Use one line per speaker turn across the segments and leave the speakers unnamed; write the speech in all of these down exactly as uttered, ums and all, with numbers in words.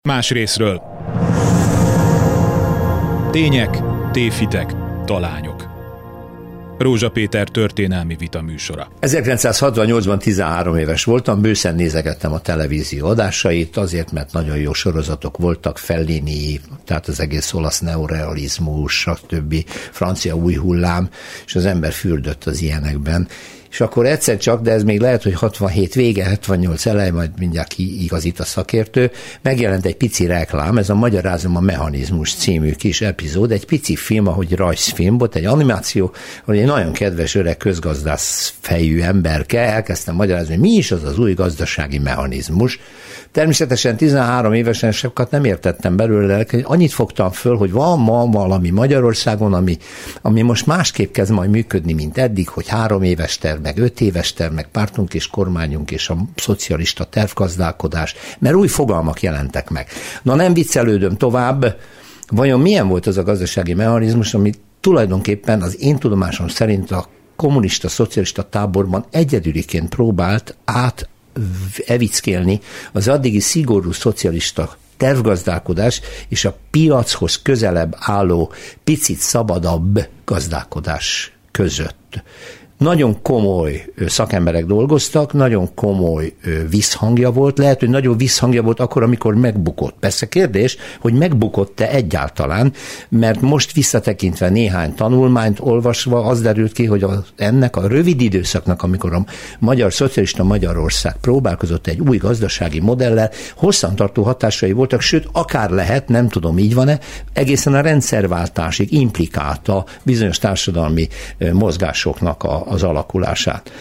Más részről. Tények, tévhitek, talányok. Rózsa Péter történelmi vita műsora.
ezerkilencszázhatvannyolcban tizenhárom éves voltam, bőszen nézegettem a televízió adásait, azért, mert nagyon jó sorozatok voltak, Fellini, tehát az egész olasz neorealizmus, stb. Francia új hullám, és az ember fürdött az ilyenekben. És akkor egyszer csak, de ez még lehet, hogy hatvanhét vége, hetvennyolc elej, majd mindjárt kiigazít a szakértő, megjelent egy pici reklám, ez a Magyarázom a mechanizmus című kis epizód, egy pici film, ahogy rajzfilm volt, egy animáció, hogy egy nagyon kedves öreg közgazdász fejű emberke elkezdtem magyarázni, hogy mi is az az új gazdasági mechanizmus. Természetesen tizenhárom évesen sokat nem értettem belőle, annyit fogtam föl, hogy van ma valami Magyarországon, ami, ami most másképp kezd majd működni, mint eddig, hogy három éves terv, meg öt éves terv, meg pártunk és kormányunk és a szocialista tervgazdálkodás, mert új fogalmak jelentek meg. Na nem viccelődöm tovább, vajon milyen volt az a gazdasági mechanizmus, ami tulajdonképpen az én tudomásom szerint a kommunista, szocialista táborban egyedüliként próbált át evickélni az addigi szigorú szocialista tervgazdálkodás és a piachoz közelebb álló, picit szabadabb gazdálkodás között. Nagyon komoly szakemberek dolgoztak, nagyon komoly visszhangja volt, lehet, hogy nagyon visszhangja volt akkor, amikor megbukott. Persze kérdés, hogy megbukott-e egyáltalán, mert most visszatekintve néhány tanulmányt olvasva az derült ki, hogy az, ennek a rövid időszaknak, amikor a magyar szocialista Magyarország próbálkozott egy új gazdasági modellel, hosszantartó hatásai voltak, sőt, akár lehet, nem tudom, így van-e, egészen a rendszerváltásig implikálta bizonyos társadalmi mozgásoknak a az alakulását.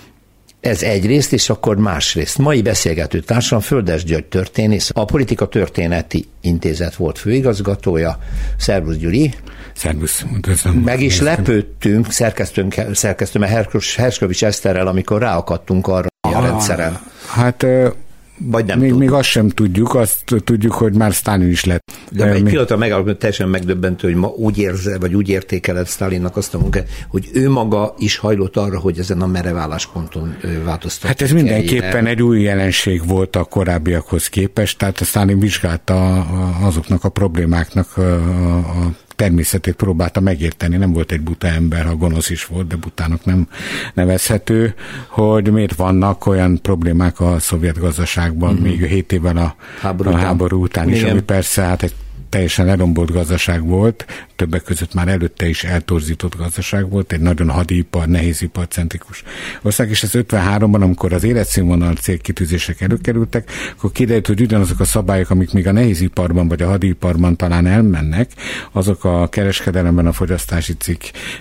Ez egyrészt, és akkor másrészt. Mai beszélgető társam Földes György történész, a Politika Történeti Intézet volt főigazgatója. Szervusz, Gyuri!
Szervusz!
Meg is lepődtünk szerkesztőmmel Herskovics Eszterrel, amikor ráakadtunk arra a rendszeren.
Hát...
Vagy nem
még,
tudjuk.
még azt sem tudjuk, azt tudjuk, hogy már Sztálin is lett.
De egy pillanatra megállapodott, teljesen megdöbbentő, hogy ma úgy érze, vagy úgy értékeled Sztálinnak azt a munkát, hogy ő maga is hajlott arra, hogy ezen a merev állásponton változtat.
Hát ez mindenképpen egy új jelenség volt a korábbiakhoz képest, tehát a Sztálin vizsgálta azoknak a problémáknak a, a természetét próbálta megérteni, nem volt egy buta ember, ha gonosz is volt, de butának nem nevezhető, hogy miért vannak olyan problémák a szovjet gazdaságban, mm-hmm. még hét évvel a háború, a háború után is, ami persze hát egy teljesen lerombolt gazdaság volt, többek között már előtte is eltorzított gazdaság volt, egy nagyon hadipar, nehéziparcentrikus ország, és ez ötvenháromban, amikor az életszínvonal célkitűzések előkerültek, akkor kiderült, hogy ugyanazok a szabályok, amik még a nehéziparban vagy a hadiparban talán elmennek, azok a kereskedelemben, a fogyasztási cikk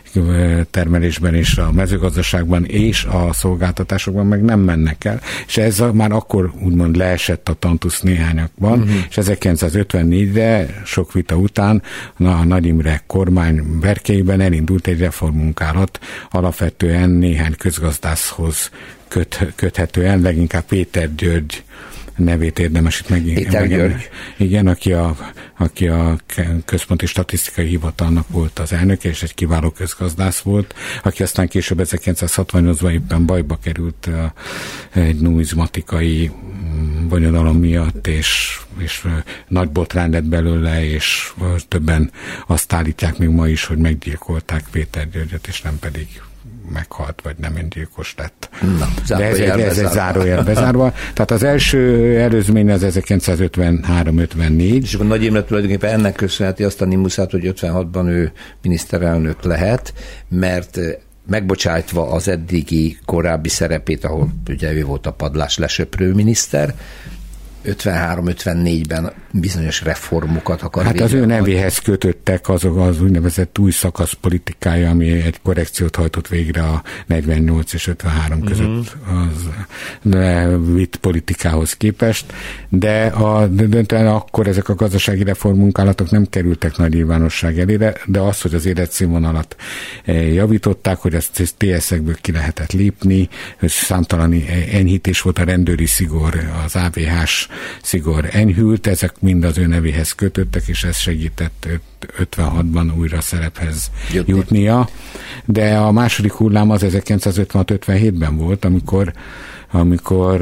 termelésben és a mezőgazdaságban és a szolgáltatásokban meg nem mennek el, és ez már akkor úgymond leesett a tantusz néhányakban, uh-huh. és ezerkilencszázötvennégyre sok vita után a Nagy Imre kormány berkeiben elindult egy reformmunkálat, alapvetően néhány közgazdászhoz köt, köthetően, leginkább Péter György nevét érdemes itt meg.
Péter György.
Igen, aki a, aki a Központi Statisztikai Hivatalnak volt az elnöke, és egy kiváló közgazdász volt, aki aztán később ezerkilencszázhatvannyolcban éppen bajba került egy numizmatikai bonyodalom miatt, és, és nagy botrány lett belőle, és többen azt állítják még ma is, hogy meggyilkolták Péter Györgyöt, és nem pedig meghalt, vagy nem öngyilkos lett.
Na,
de ez, egy, ez egy zárójel bezárva. Tehát az első előzmény az ezerkilencszázötvenhárom ötvennégy.
És akkor Nagy Imre tulajdonképpen ennek köszönheti azt a nimuszát, hogy ötvenhatban ő miniszterelnök lehet, mert megbocsájtva az eddigi korábbi szerepét, ahol ugye ő volt a padlás lesöprő miniszter, ötvenhárom ötvennégyben bizonyos reformokat akar.
Hát az ő nevéhez kötöttek azok az úgynevezett új szakasz politikája, ami egy korrekciót hajtott végre a negyvennyolc és ötvenhárom uh-huh. között az vitt politikához képest, de a döntően akkor ezek a gazdasági reformmunkálatok nem kerültek nagy nyilvánosság elére, de az, hogy az életszínvonalat javították, hogy ezt té es-ekből ki lehetett lépni, számtalan enyhítés volt, a rendőri szigor, az á vé hás szigor enyhült, ezek mind az ő nevéhez kötöttek, és ez segített ötvenhatban újra szerephez Jutni. jutnia. De a második hullám az ezerkilencszázötvenhat ötvenhétben volt, amikor amikor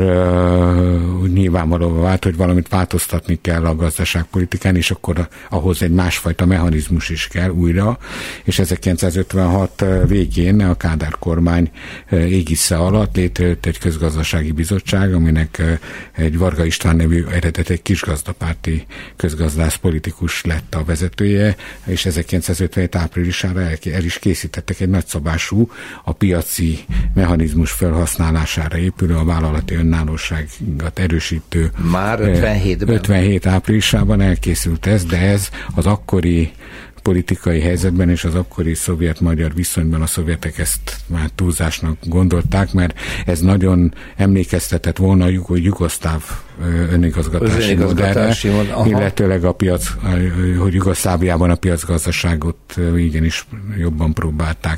uh, nyilvánvalóvá vált, hogy valamit változtatni kell a gazdaságpolitikán, és akkor ahhoz egy másfajta mechanizmus is kell újra, és ezerkilencszázötvenhat végén a Kádár kormány égisze alatt létrejött egy közgazdasági bizottság, aminek egy Varga István nevű eredet egy kisgazdapárti közgazdász politikus lett a vezetője, és ezerkilencszázötvenhét áprilisára el, el is készítettek egy nagyszabású, a piaci mechanizmus felhasználására épülő, a vállalati önállóságot erősítő.
Már ötvenhétben.
ötvenhét áprilisában elkészült ez, de ez az akkori politikai helyzetben és az akkori szovjet-magyar viszonyban a szovjetek ezt már túlzásnak gondolták, mert ez nagyon emlékeztetett volna a jugoszláv önigazgatási modellre, illetőleg a piac, hogy Jugoszláviában a piacgazdaságot igenis jobban próbálták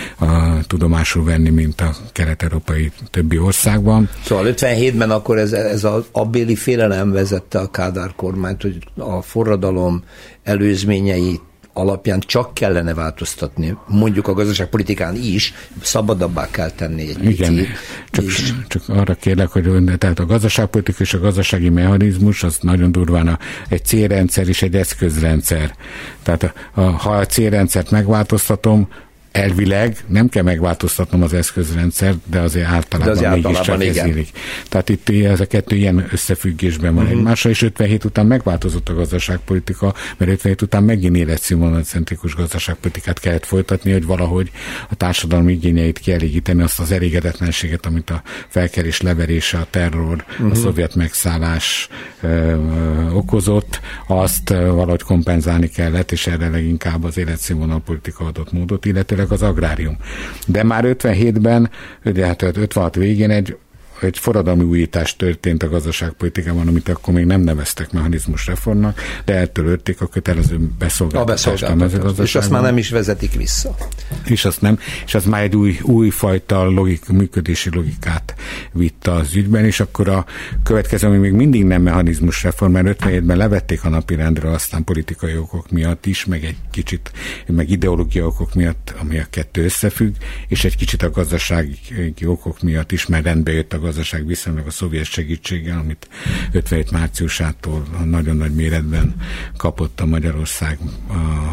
a tudomásul venni, mint a kelet-európai többi országban.
Szóval ötvenhétben akkor ez, ez az abbéli félelem vezette a Kádár kormányt, hogy a forradalom előzményei alapján csak kellene változtatni, mondjuk a gazdaságpolitikán is, szabadabbá kell tenni egy
Igen,
picit.
csak, csak arra kérlek, hogy tehát a gazdaságpolitika és a gazdasági mechanizmus az nagyon durván a, egy célrendszer és egy eszközrendszer. Tehát a, a, ha a célrendszert megváltoztatom, elvileg nem kell megváltoztatnom az eszközrendszert, de azért általában, de az mégiscsak ez élik. Tehát itt ez a kettő ilyen összefüggésben van uh-huh. egymással, és ötvenhét után megváltozott a gazdaságpolitika, mert ötvenhét után megint életszínvonalcentrikus gazdaságpolitikát kellett folytatni, hogy valahogy a társadalmi igényeit kielégíteni, azt az elégedetlenséget, amit a felkelés leverése, a terror, uh-huh. a szovjet megszállás ö, ö, okozott, azt ö, valahogy kompenzálni kellett, és erre leginkább az életszínvonalpolitika adott módot, illetőleg az agrárium. De már ötvenhétben, de hát ötvenhat végén egy, egy forradalmi újítás történt a gazdaságpolitikában, amit akkor még nem neveztek mechanizmus reformnak, de eltörölték a kötelező beszolgáltatást a mezőgazdaságban.
És azt már nem is vezetik vissza.
És azt nem, és az már egy új, újfajta logik, működési logikát vitt az ügyben, és akkor a következő, ami még mindig nem mechanizmus reform, mert ötvenhétben levették a napirendről, aztán politikai okok miatt is, meg egy kicsit, meg ideológiai okok miatt, ami a kettő összefügg, és egy kicsit a gazdasági okok miatt is, mert rendbe jött a gazdaság viszonylag a szovjet segítséggel, amit ötvenhét márciusától nagyon nagy méretben kapott a Magyarország a,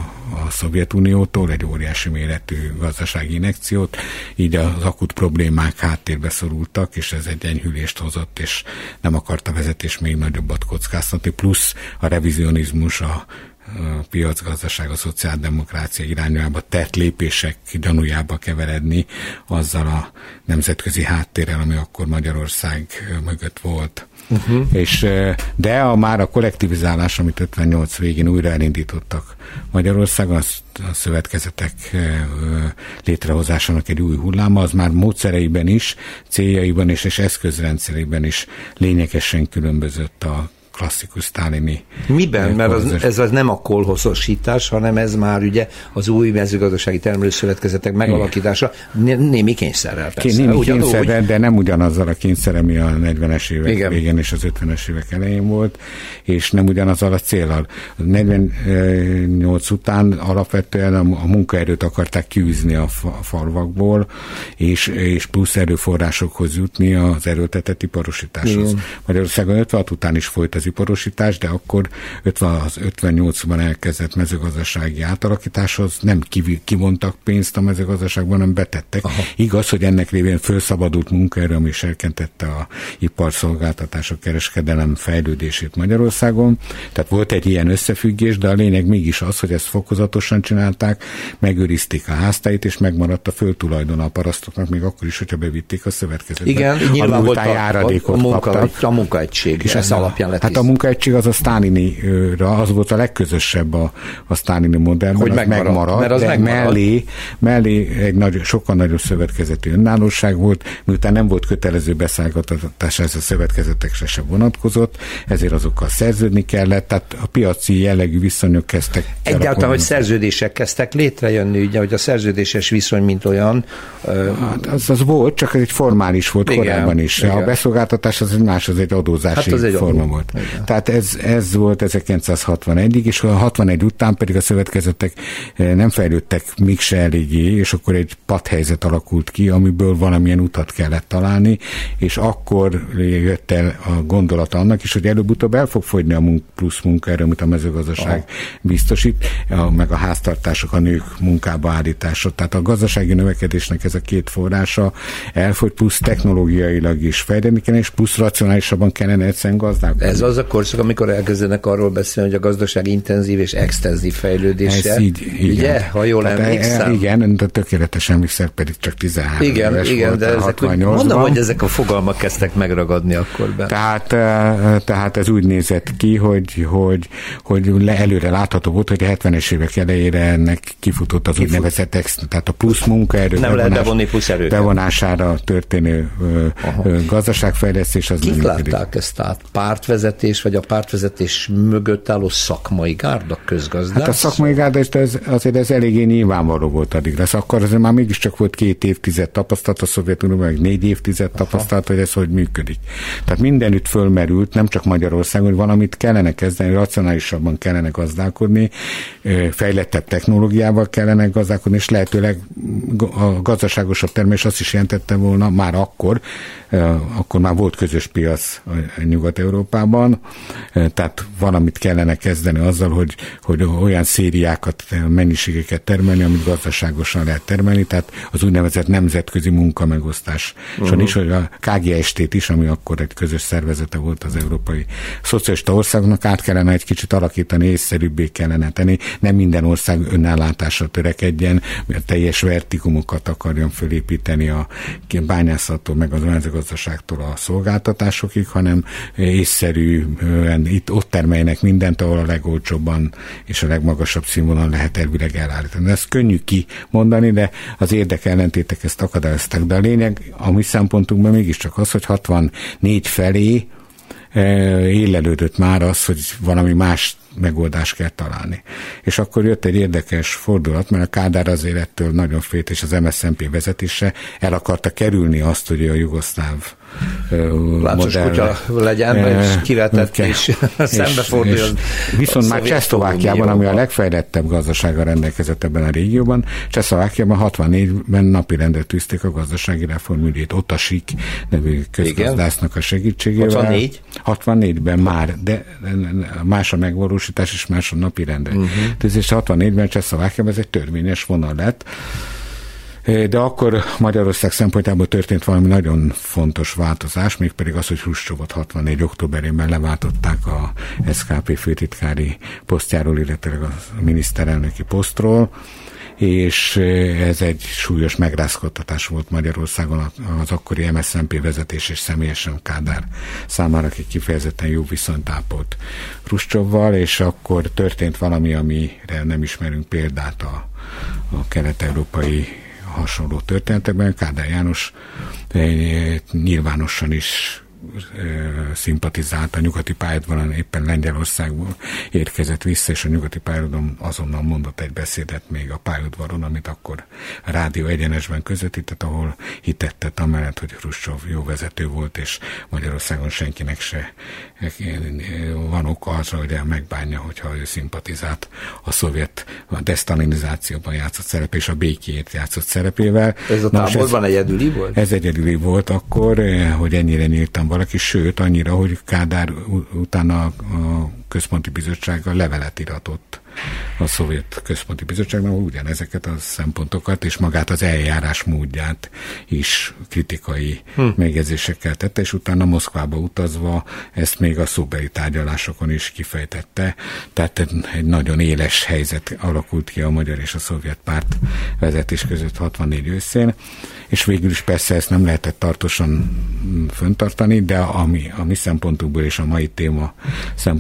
a Szovjetuniótól, egy óriási méretű gazdasági injekciót, így az akut problémák háttérbe szorultak, és ez egy enyhülést hozott, és nem akarta a vezetés még nagyobbat kockáztatni, plusz a revizionizmus, a a piacgazdaság, a szociáldemokrácia irányába tett lépések gyanújába keveredni azzal a nemzetközi háttérrel, ami akkor Magyarország mögött volt. Uh-huh. És, de a, már a kollektivizálás, amit ötvennyolc végén újra elindítottak Magyarországon, az, a szövetkezetek létrehozásának egy új hulláma, az már módszereiben is, céljaiban is, és eszközrendszerében is lényegesen különbözött a klasszikus sztálini.
Miben? Mert az, ez az nem a kolhoszosítás, hanem ez már ugye az új mezőgazdasági termelőszövetkezetek megalakítása, némi kényszerrel persze.
Némi kényszerrel, de nem ugyanazzal a kényszer, ami a negyvenes évek Igen. végén és az ötvenes évek elején volt, és nem ugyanazzal a céllal. A negyvennyolc után alapvetően a munkaerőt akarták kiűzni a falvakból, és, és plusz erőforrásokhoz jutni az erőltetett iparosításhoz. Igen. Magyarországon ötvenhat után is folyt az iparosítás, de akkor ötvennyolcban elkezdett mezőgazdasági átalakításhoz nem kivontak pénzt a mezőgazdaságban, hanem betettek. Aha. Igaz, hogy ennek révén felszabadult munkaerő, ami serkentette a iparszolgáltatások, kereskedelem fejlődését Magyarországon. Tehát volt egy ilyen összefüggés, de a lényeg mégis az, hogy ezt fokozatosan csinálták, megőrizték a háztáit, és megmaradt a földtulajdona a parasztoknak, még akkor is, hogyha bevitték a szövetkezetbe.
Igen, nyilván volt a, a, munka, a munkaegység, és ez alapján lett.
Hát a munkaegység az a sztálinira, az volt a legközösebb a, a sztálini modellben,
hogy
az
megmarad,
megmarad,
mert az
de
megmarad.
mellé, mellé egy nagy, sokkal nagyobb szövetkezeti önállóság volt, miután nem volt kötelező beszállgatás, ez a szövetkezetekre se vonatkozott, ezért azokkal szerződni kellett, tehát a piaci jellegű viszonyok kezdtek.
Egyáltalán, hogy szerződések kezdtek létrejönni, ugye, hogy a szerződéses viszony, mint olyan.
Hát az, az volt, csak ez egy formális volt igen, korábban is. Igen. A beszolgáltatás az egy más, az egy adózási hát az egy forma adó. volt. Tehát ez, ez volt ezerkilencszázhatvanegyig, és a hatvanegy után pedig a szövetkezetek nem fejlődtek még se eléggé, és akkor egy patthelyzet alakult ki, amiből valamilyen utat kellett találni, és akkor jött el a gondolat annak is, hogy előbb-utóbb el fog fogyni a munk- plusz munkaerő, amit a mezőgazdaság ah. biztosít, a, meg a háztartások, a nők munkába állítása. Tehát a gazdasági növekedésnek ez a két forrása elfogy, plusz technológiailag is fejlődni kell, és plusz racionálisabban kellene egyszerűen gazdálkodni.
Ez az a korszak, amikor elkezdenek arról beszélni, hogy a gazdaság intenzív és extenzív fejlődése.
Ez így, igen.
Ugye? Ha jól tehát emlékszem.
Igen, de tökéletesen emlékszem, pedig csak tizenhárom
igen,
éves
igen,
volt,
de ezek úgy, mondom, hogy ezek a fogalmak kezdtek megragadni akkor be.
Tehát, tehát ez úgy nézett ki, hogy, hogy, hogy le előre látható volt, hogy a hetvenes évek elejére ennek kifutott az úgynevezett ex, tehát a plusz munkaerő
nem lehet bevonni plusz erőt.
Bevonására történő Aha. gazdaságfejlesztés. Az
kik látták ezt át? Pártvezetés, vagy a pártvezetés mögött álló szakmai gárda, közgazdász?
Hát a szakmai gárda ez, azért ez eléggé nyilvánvaló volt addig lesz. Akkor azért már mégiscsak volt két évtized tapasztalat a Szovjetunióban, meg négy évtized tapasztalat, hogy ez hogy működik. Tehát mindenütt fölmerült, nem csak Magyarországon, hogy valamit kellene kezdeni, racionálisabban kellene gazdálkodni, fejlettebb technológiával kellene gazdálkodni, és lehetőleg a gazdaságosabb termés azt is jelentette volna már akkor, akkor már volt közös piac Nyugat-Európában, tehát valamit kellene kezdeni azzal, hogy, hogy olyan szériákat, mennyiségeket termelni, amit gazdaságosan lehet termelni, tehát az úgynevezett nemzetközi munkamegosztás. Uh-huh. És hogy a ká gé es té-t is, ami akkor egy közös szervezete volt az európai szocialista országoknak, át kellene egy kicsit alakítani, észszerűbbé kellene tenni, nem minden ország önállátásra törekedjen, mert teljes vertikumokat akarjon fölépíteni a bányászattól, meg az mezőgazdaságtól a szolgáltatásokig, hanem észszerűen itt ott termeljenek mindent, ahol a legolcsóbban és a legmagasabb színvonalon lehet elvileg elállítani. Ez könnyű kimondani, de az érdekellentétek ezt akadályozták. De a lényeg a mi szempontunkban mégiscsak az, hogy hatvannégy felé élelődött már az, hogy valami más megoldást kell találni. És akkor jött egy érdekes fordulat, mert a Kádár azért ettől nagyon félt, és az em es zé en pé vezetése el akarta kerülni azt, hogy a jugoszláv
láncos kutya legyen, és kivetett, és szembeforduljon.
Viszont már Csehszlovákiában, ami a legfejlettebb gazdasággal rendelkezett ebben a régióban, Csehszlovákiában hatvannégyben napirendre tűzték a gazdasági reformügyét, ott a SIK nevű közgazdásznak a segítségével.
hatvannégy?
hatvannégyben már, de más a megvalósítás és más a napirendre. Uh-huh. Tehát hatvannégyben Csehszlovákiában ez egy törvényes vonal lett. De akkor Magyarország szempontjából történt valami nagyon fontos változás, mégpedig az, hogy Hruscsovot hatvannégy októberében leváltották a es ká pé főtitkári posztjáról, illetve a miniszterelnöki posztról, és ez egy súlyos megrázkodtatás volt Magyarországon az akkori em es zé en pé vezetés és személyesen Kádár számára, aki kifejezetten jó viszonyt ápolt Hruscsovval, és akkor történt valami, amire nem ismerünk példát a, a kelet-európai hasonló történetekben. Kádár János nyilvánosan is szimpatizált a nyugati pályadon, éppen Lengyelországból érkezett vissza, és a nyugati pályadon azonnal mondott egy beszédet még a pályaudvaron, amit akkor a Rádió Egyenesben közvetített, ahol hitettet amellett, hogy Hruscsov jó vezető volt, és Magyarországon senkinek se van oka azra, hogy megbánja, hogyha ő szimpatizált a szovjet a desztalinizációban játszott szerep, és a békéért játszott szerepével.
Ez a táborban egyedüli volt?
Ez egyedüli volt akkor, hogy ennyire nyíltan valaki, sőt, annyira, hogy Kádár utána a központi bizottsággal levelet iratott a szovjet központi bizottságnak, ugyanezeket a szempontokat és magát az eljárás módját is kritikai hm. megjegyzésekkel tette, és utána Moszkvába utazva ezt még a szóbeli tárgyalásokon is kifejtette. Tehát egy nagyon éles helyzet alakult ki a magyar és a szovjet párt vezetés között hatvannégy őszén, és végül is persze ezt nem lehetett tartósan föntartani, de ami a mi szempontunkból és a mai téma szempontjából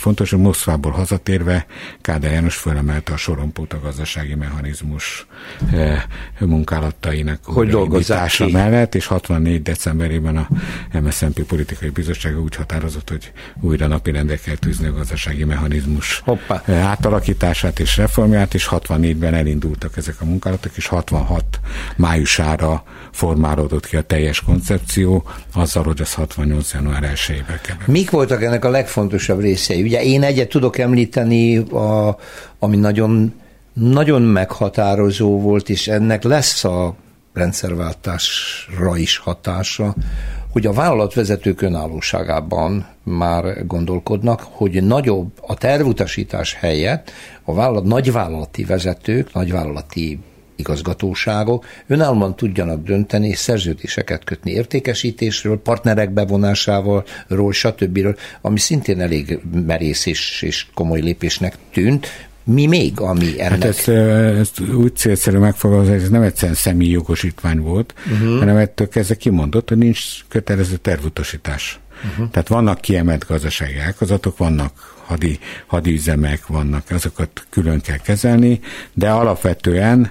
fontos, hogy Moszkvából hazatérve Kádár János fölemelte a sorompót a gazdasági mechanizmus munkálatainak indítása mellett, és hatvannégy decemberében a em es zé en pé politikai bizottsága úgy határozott, hogy újra napirendre kell tűzni a gazdasági mechanizmus Hoppá. átalakítását és reformját, és hatvannégyben elindultak ezek a munkálatok, és hatvanhat májusára formálódott ki a teljes koncepció, azzal, hogy az hatvannyolc január elsejében kell.
Mik voltak ennek a legfontosabb részei? Ugye én egyet tudok említeni, a, ami nagyon, nagyon meghatározó volt, és ennek lesz a rendszerváltásra is hatása, hogy a vállalatvezetők önállóságában már gondolkodnak, hogy nagyobb a tervutasítás helyett a vállalat, nagyvállalati vezetők, nagyvállalati igazgatóságok önállóan tudjanak dönteni és szerződéseket kötni értékesítésről, partnerek bevonásával, ról, stb., ami szintén elég merész és, és komoly lépésnek tűnt. Mi még, ami ennek?
Hát ezt, ezt úgy célszerű megfogalmazni, hogy ez nem egyszerűen személyi jogosítvány volt, uh-huh. hanem ettől kezdve kimondott, hogy nincs kötelező tervutasítás. Uh-huh. Tehát vannak kiemelt gazdasági ágazatok, vannak hadi, hadiüzemek, vannak, azokat külön kell kezelni, de alapvetően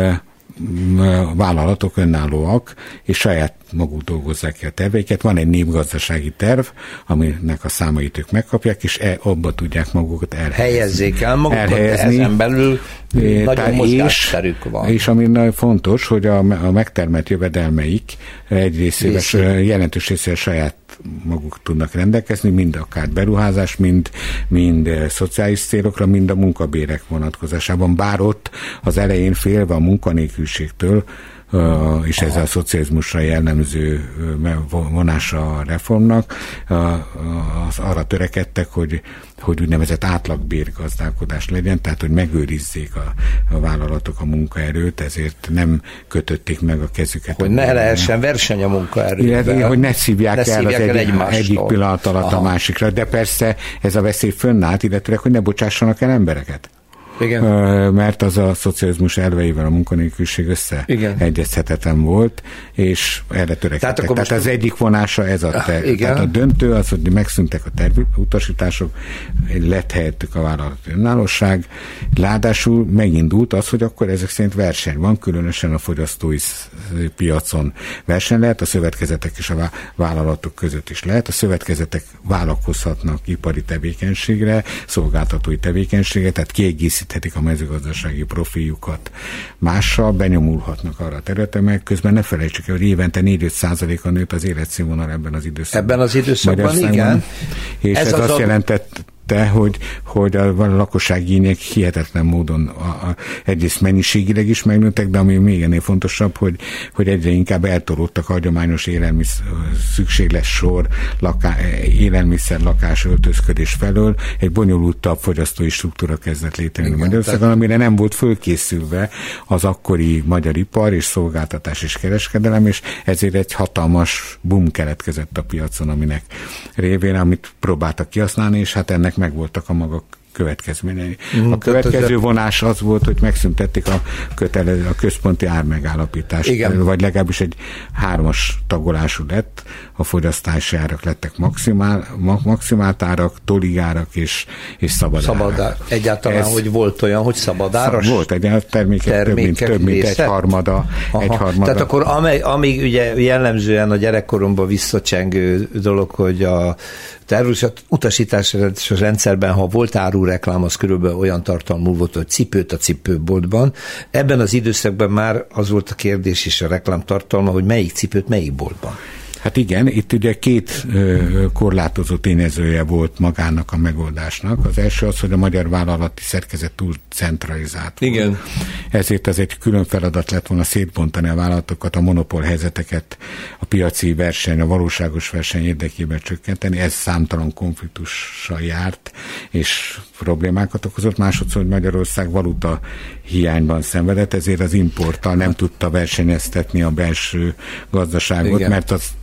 a vállalatok önállóak, és saját maguk dolgozzák ki a terveiket. Van egy népgazdasági terv, aminek a számait ők megkapják, és e, abba tudják magukat elhelyezni.
Helyezzék el magukat, elhelyezni. Ezen belül é, nagyon mozgásterük van.
És ami nagyon fontos, hogy a, a megtermelt jövedelmeik egy részével, jelentős részével saját maguk tudnak rendelkezni, mind akár beruházás, mind, mind szociális célokra, mind a munkabérek vonatkozásában. Bár ott az elején félve a munkanélküliségtől, Uh, és ez a szocializmusra jellemző vonása a reformnak, uh, az arra törekedtek, hogy, hogy úgynevezett átlagbérgazdálkodás legyen, tehát hogy megőrizzék a, a vállalatok a munkaerőt, ezért nem kötötték meg a kezüket.
Hogy ne lehessen verseny a munkaerővel.
Hogy ne szívják ne el az egy, egyik pillanat alatt Aha. a másikra, de persze ez a veszély fönnállt, illetve hogy ne bocsássanak el embereket. Igen. Mert az a szocializmus elveivel a munkanélküliség összeegyezhetetlen volt, és erre törekedtek. Tehát, Tehát az egyik vonása ez a terv. Tehát a döntő az, hogy megszűntek a tervutasítások, lett helyettük a vállalati önállóság, ráadásul megindult az, hogy akkor ezek szerint verseny van, különösen a fogyasztói piacon verseny lehet, a szövetkezetek és a vállalatok között is lehet, a szövetkezetek vállalkozhatnak ipari tevékenységre, szolgáltatói tevékenységre, tehát kiegészít a mezőgazdasági profiljukat mással, benyomulhatnak arra a területen, meg közben ne felejtsük el, hogy évente négy-öt százaléka nőtt az életszínvonal ebben az időszakban.
Ebben az időszakban, igen.
És ez, ez az azt a... jelentett, hogy, hogy a lakosságigények hihetetlen módon a, a, egyrészt mennyiségileg is megnőttek, de ami még ennél fontosabb, hogy, hogy egyre inkább eltolódtak a hagyományos élelmiszer, szükségles sor, laká, élelmiszer, lakás, öltözködés felől, egy bonyolultabb fogyasztói struktúra kezdett létrejönni Magyarországon, amire nem volt fölkészülve az akkori magyar ipar és szolgáltatás és kereskedelem, és ezért egy hatalmas boom keletkezett a piacon, aminek révén, amit próbáltak kihasználni, és hát ennek megvoltak a maga következményei. Mm, a következő vonás az volt, hogy megszüntették a, kötelező, a központi ármegállapítást, Igen. vagy legalábbis egy hármas tagolású lett, a fogyasztási árak lettek maximál, maximált árak, toligárak és, és szabadárak. Szabadár.
Egyáltalán, Ez, hogy volt olyan, hogy szabadáras?
Volt egy termékek, termékek több mint, több mint egy harmada, egy harmada.
Tehát akkor amely, amíg ugye jellemzően a gyerekkoromban visszacsengő dolog, hogy a tervutasítási rendszerben, ha volt árureklám, az körülbelül olyan tartalmú volt, hogy cipőt a cipőboltban. Ebben az időszakban már az volt a kérdés és a reklám tartalma, hogy melyik cipőt melyik boltban.
Hát igen, itt ugye két ö, korlátozó tényezője volt magának a megoldásnak. Az első az, hogy a magyar vállalati szerkezet túl centralizált
Igen.
volt. Ezért ez egy külön feladat lett volna szétbontani a vállalatokat, a monopól helyzeteket, a piaci verseny, a valóságos verseny érdekében csökkenteni. Ez számtalan konfliktussal járt, és problémákat okozott. Másodszor, hogy Magyarország valuta hiányban szenvedett, ezért az importtal nem tudta versenyeztetni a belső gazdaságot, Igen. mert az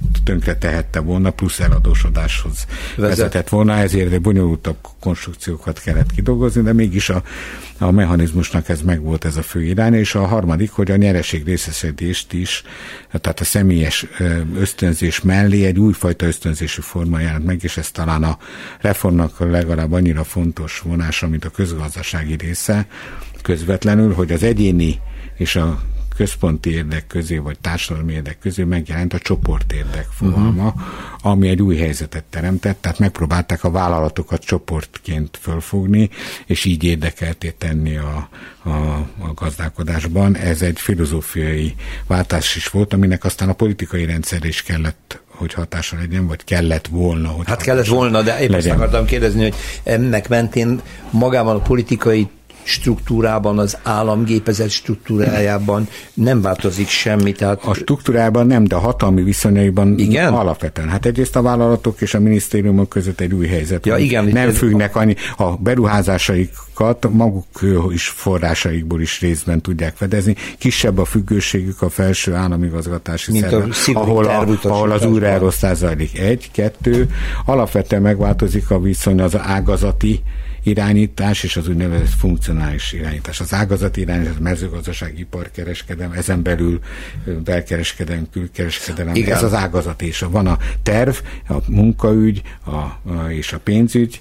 tönkre tehette volna, plusz eladósodáshoz Vezet. vezetett volna, ezért bonyolultabb konstrukciókat kellett kidolgozni, de mégis a, a mechanizmusnak ez megvolt, ez a fő irány, és a harmadik, hogy a nyereség részesedést is, tehát a személyes ösztönzés mellé egy újfajta ösztönzési forma jelent meg, és ez talán a reformnak legalább annyira fontos vonása, mint a közgazdasági része közvetlenül, hogy az egyéni és a központi érdek közé, vagy társadalmi érdek közé megjelent a csoportérdek fogalma, uh-huh. ami egy új helyzetet teremtett, tehát megpróbálták a vállalatokat csoportként fölfogni, és így érdekelté tenni a, a, a gazdálkodásban. Ez egy filozófiai váltás is volt, aminek aztán a politikai rendszer is kellett, hogy hatása legyen, vagy kellett volna, hogy
Hát kellett volna, de épp azt akartam kérdezni, hogy ennek mentén magában a politikai struktúrában, az államgépezet struktúrájában nem változik semmi. Tehát...
A struktúrában nem, de a hatalmi viszonyaiban igen? alapvetően. Hát egyrészt a vállalatok és a minisztériumok között egy új helyzet.
Ja, igen,
nem függnek annyi, a beruházásaikat maguk is forrásaikból is részben tudják fedezni. Kisebb a függőségük a felső államigazgatási szerve, ahol, a, ahol az újraelosztás zajlik. Egy, kettő, alapvetően megváltozik a viszony az ágazati irányítás és az úgynevezett funkcionális irányítás. Az ágazati irányítás, az mezőgazdaság, iparkereskedelem, ezen belül belkereskedelem, külkereskedelem, igen. Ez az ágazat, és van a terv, a munkaügy a, a, és a pénzügy,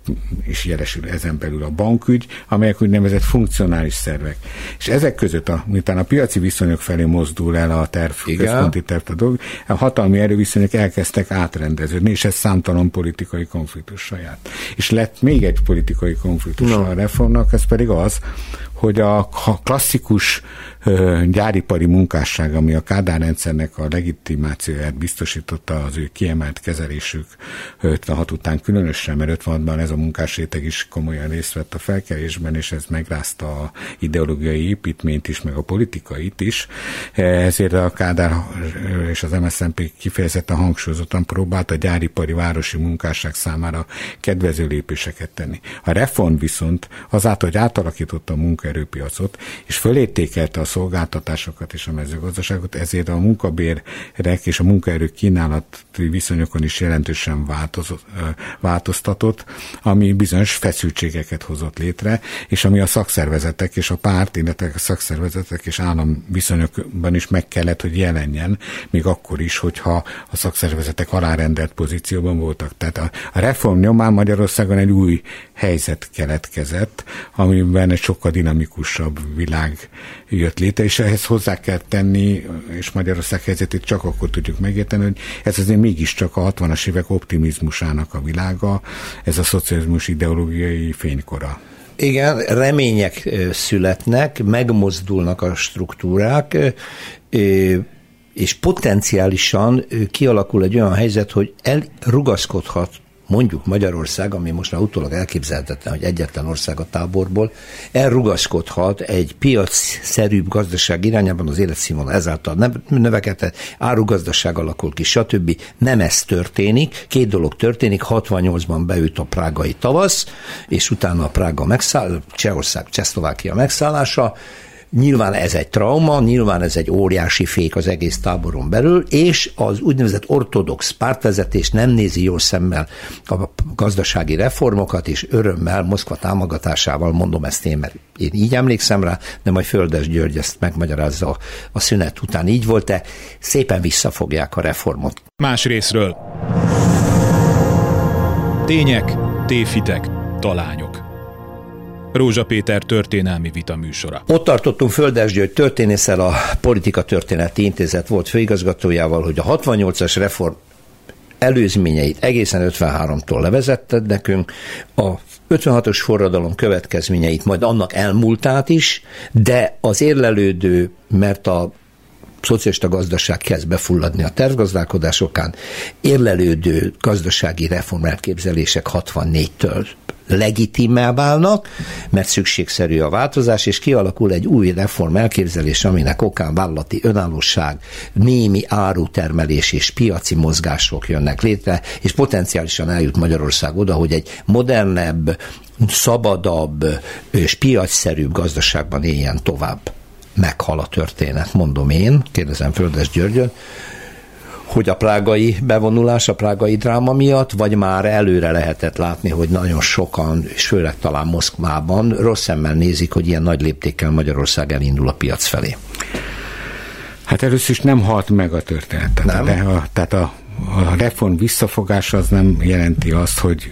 és jelesül ezen belül a bankügy, amelyek úgynevezett funkcionális szervek. És ezek között, a, miután a piaci viszonyok felé mozdul el a terv, igen. központi terv a dolog, a hatalmi erőviszonyok elkezdtek átrendeződni, és ez számtalan politikai konfliktussal járt. És lett még egy politikai konfliktus no. a reformnak, ez pedig az, hogy a klasszikus ö, gyáripari munkásság, ami a Kádár rendszernek a legitimációját biztosította, az ő kiemelt kezelésük ötvenhat után különösen, mert ötvenhatban ez a munkásréteg is komolyan részt vett a felkelésben, és ez megrázta a ideológiai építményt is, meg a politikait is. Ezért a Kádár és az em es zé en pé kifejezetten hangsúlyozottan próbált a gyáripari városi munkásság számára kedvező lépéseket tenni. A reform viszont azáltal, hogy átalakította a munkaerőpiacot, és fölértékelte a szolgáltatásokat és a mezőgazdaságot, ezért a munkabérek és a munkaerő kínálati viszonyokon is jelentősen változott, változtatott, ami bizonyos feszültségeket hozott létre, és ami a szakszervezetek és a párt, illetve a szakszervezetek és állam viszonyokban is meg kellett, hogy jelenjen, még akkor is, hogyha a szakszervezetek alárendelt pozícióban voltak. Tehát a, a reform nyomán Magyarországon egy új helyzet keletkezett, amiben egy sokkal dinamikusabb világ jött létre, és ehhez hozzá kell tenni, és Magyarország helyzetét csak akkor tudjuk megérteni, hogy ez azért mégiscsak a hatvanas évek optimizmusának a világa, ez a szocializmus ideológiai fénykora.
Igen, remények születnek, megmozdulnak a struktúrák, és potenciálisan kialakul egy olyan helyzet, hogy elrugaszkodhat mondjuk Magyarország, ami most már utólag elképzelhetetlen, hogy egyetlen ország a táborból, elrugaszkodhat egy piacszerűbb gazdaság irányában, az életszínvonal ezáltal növekedett, árugazdaság alakul ki, stb. Nem ez történik. Két dolog történik, hatvannyolcban beüt a prágai tavasz, és utána a Prága megszáll, Csehország, Csehszlovákia megszállása. Nyilván ez egy trauma, nyilván ez egy óriási fék az egész táboron belül, és az úgynevezett ortodox pártvezetés nem nézi jó szemmel a gazdasági reformokat, és örömmel Moszkva támogatásával, mondom ezt én, mert én így emlékszem rá, de majd Földes György ezt megmagyarázza a szünet után. Így volt-e? Szépen visszafogják a reformot.
Más részről. Tények, tévhitek, talányok. Rózsa Péter történelmi vita műsora.
Ott tartottunk Földes György történésszel, a Politika Történeti Intézet volt főigazgatójával, hogy a hatvannyolcas reform előzményeit egészen ötvenháromtól levezetted nekünk, a ötvenhatos forradalom következményeit, majd annak elmúltát is, de az érlelődő, mert a szocialista gazdaság kezd befulladni a tervgazdálkodás okán, érlelődő gazdasági reform elképzelések hatvannégytől legitimá válnak, mert szükségszerű a változás, és kialakul egy új reform elképzelés, aminek okán vállalati önállóság, némi árutermelés és piaci mozgások jönnek létre, és potenciálisan eljut Magyarország oda, hogy egy modernebb, szabadabb és piacszerűbb gazdaságban éljen tovább. Meghal a történet, mondom én, kérdezem Földes Györgyön, hogy a prágai bevonulás, a prágai dráma miatt, vagy már előre lehetett látni, hogy nagyon sokan, és főleg talán Moszkvában rossz szemmel nézik, hogy ilyen nagy léptékkel Magyarország elindul a piac felé?
Hát először is nem halt meg a történet. Nem? De a, tehát a, a reform visszafogása az nem jelenti azt, hogy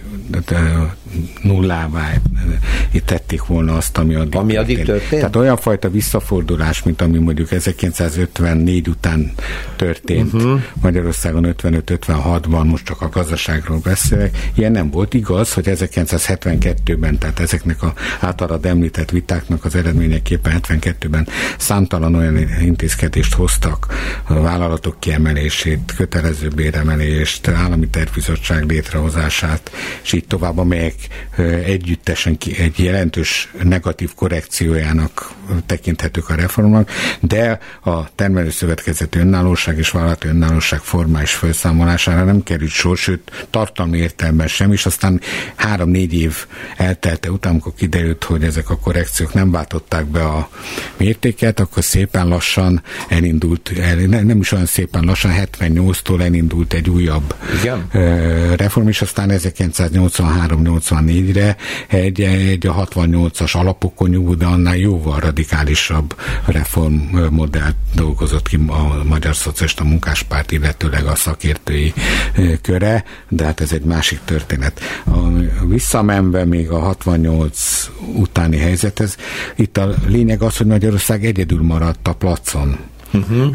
nullává itt tették volna azt, ami addig,
ami addig történt. történt.
Tehát olyan fajta visszafordulás, mint ami mondjuk ezerkilencszázötvennégy után történt uh-huh. Magyarországon ötvenöt ötvenhatban, most csak a gazdaságról beszélek, ilyen nem volt. Igaz, hogy ezerkilencszázhetvenkettőben, tehát ezeknek az általad említett vitáknak az eredményeképpen hetvenkettőben számtalan olyan intézkedést hoztak, a vállalatok kiemelését, kötelező béremelést, állami tervbizottság létrehozását, és így tovább, amelyek együttesen egy jelentős negatív korrekciójának tekinthetők a reformnak, de a termelőszövetkezeti önállóság és vállalati önállóság formális felszámolására nem került sor, sőt tartalmi értelemben sem, és aztán három-négy év eltelte után, amikor kiderült, hogy ezek a korrekciók nem váltották be a mértéket, akkor szépen lassan elindult, el, nem is olyan szépen lassan, hetvennyolctól elindult egy újabb Igen. reform, és aztán ezerkilencszáznyolcvanhárom nyolcvannégyre egy, egy a hatvannyolcas alapokon nyugvó, de annál jóval radikálisabb reformmodellt dolgozott ki a Magyar Szocialista Munkáspárt, illetőleg a szakértői köre, de hát ez egy másik történet. A, visszamenve még a hatvannyolc utáni helyzethez, itt a lényeg az, hogy Magyarország egyedül maradt a placon. Uh-huh.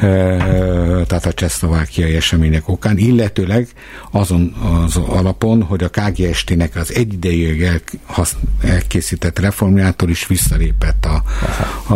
Tehát a csehszlovákiai események okán, illetőleg azon az alapon, hogy a ká gé es té-nek az egyidejűleg el, elkészített reformjától is visszalépett a, a,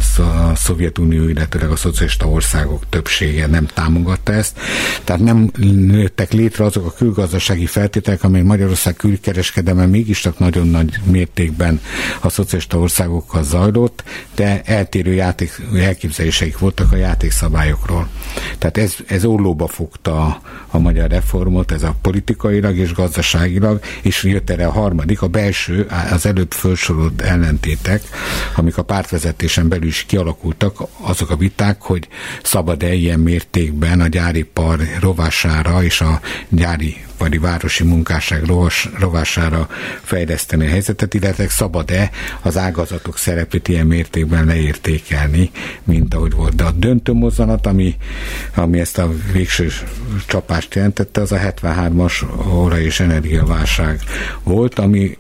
a Szovjetunió, illetőleg a szocialista országok többsége nem támogatta ezt. Tehát nem nőttek létre azok a külgazdasági feltételek, amely Magyarország külkereskedelme mégiscsak nagyon nagy mértékben a szocialista országokkal zajlott, de eltérő játék, elképzeléseik voltak a játékszabályokról. Tehát ez, ez orlóba fogta a, a magyar reformot, ez a politikailag és gazdaságilag, és jött erre a harmadik, a belső, az előbb felsorolt ellentétek, amik a pártvezetésen belül is kialakultak, azok a viták, hogy szabad-e ilyen mértékben a gyáripar rovására és a gyári vagy városi munkásság rovas, rovására fejleszteni a helyzetet, illetve szabad-e az ágazatok szerepét ilyen mértékben leértékelni, mint ahogy volt. De a döntő mozzanat, ami, ami ezt a végső csapást jelentette, az a hetvenhármas olaj- és energiaválság volt, ami,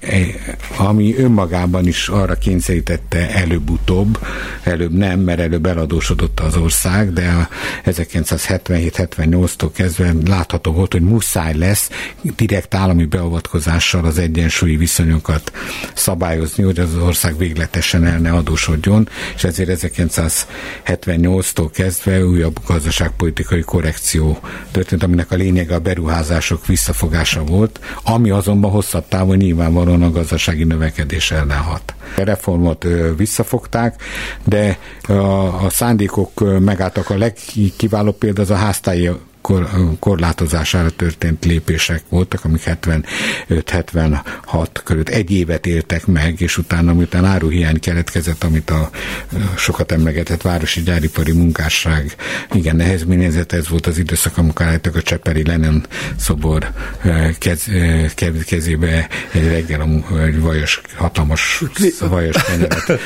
ami önmagában is arra kényszerítette előbb-utóbb, előbb nem, mert előbb eladósodott az ország, de a ezerkilencszázhetvenhét hetvennyolctól kezdve látható volt, hogy muszáj lesz direkt állami beavatkozással az egyensúlyi viszonyokat szabályozni, hogy az ország végletesen el ne adósodjon, és ezért ezerkilencszázhetvennyolctól kezdve újabb gazdaságpolitikai korrekció történt, aminek a lényege a beruházások visszafogása volt, ami azonban hosszabb távon nyilvánvalóan a gazdasági növekedés ellen hat. A reformot visszafogták, de a, a szándékok megálltak. A legkiválóbb példa az a háztáji Kor, korlátozására történt lépések voltak, amik hetvenöt hetvenhat körül egy évet éltek meg, és utána, miután áruhiány keletkezett, amit a sokat emlegetett városi gyáripari munkásság igen nehezményezett, ez volt az időszak, amikor álltak a Csepeli Lenin szobor kez, kez, kezébe egy reggel egy vajos, hatalmas vajos kenyeret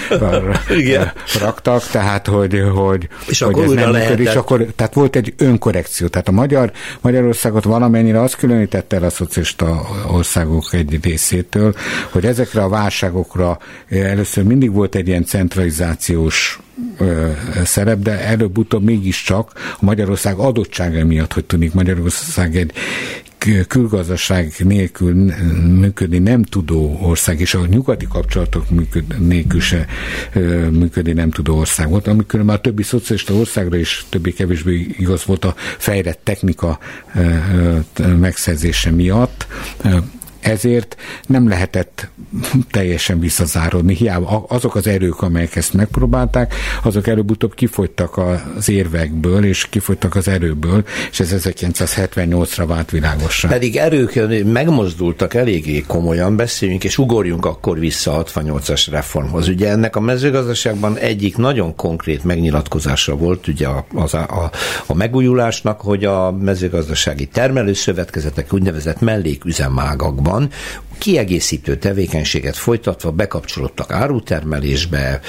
raktak, tehát hogy, hogy,
és
hogy
akkor
ez nem
működik,
és akkor, tehát volt egy önkorrekció, tehát a Magyar, Magyarországot valamennyire azt különítette el a szocialista országok egy részétől, hogy ezekre a válságokra először mindig volt egy ilyen centralizációs ö, szerep, de előbb-utóbb mégiscsak a Magyarország adottsága miatt, hogy tudnik, Magyarország egy külgazdaság nélkül működni nem tudó ország, és a nyugati kapcsolatok működ, nélkül se ö, működni nem tudó ország volt, amikor már a többi szocialista országra is többé-kevésbé igaz volt a fejlett technika ö, ö, megszerzése miatt. Ö, ezért nem lehetett teljesen visszazárodni. Hiába azok az erők, amelyek ezt megpróbálták, azok előbb-utóbb kifogytak az érvekből, és kifogytak az erőből, és ez ezerkilencszázhetvennyolcra vált világossá.
Pedig erők megmozdultak eléggé komolyan, beszéljünk, és ugorjunk akkor vissza a hatvannyolcas reformhoz. Ugye ennek a mezőgazdaságban egyik nagyon konkrét megnyilatkozása volt ugye a, a, a, a megújulásnak, hogy a mezőgazdasági termelőszövetkezetek úgynevezett melléküzemágakban kiegészítő tevékenységet folytatva bekapcsolódtak árutermelésbe,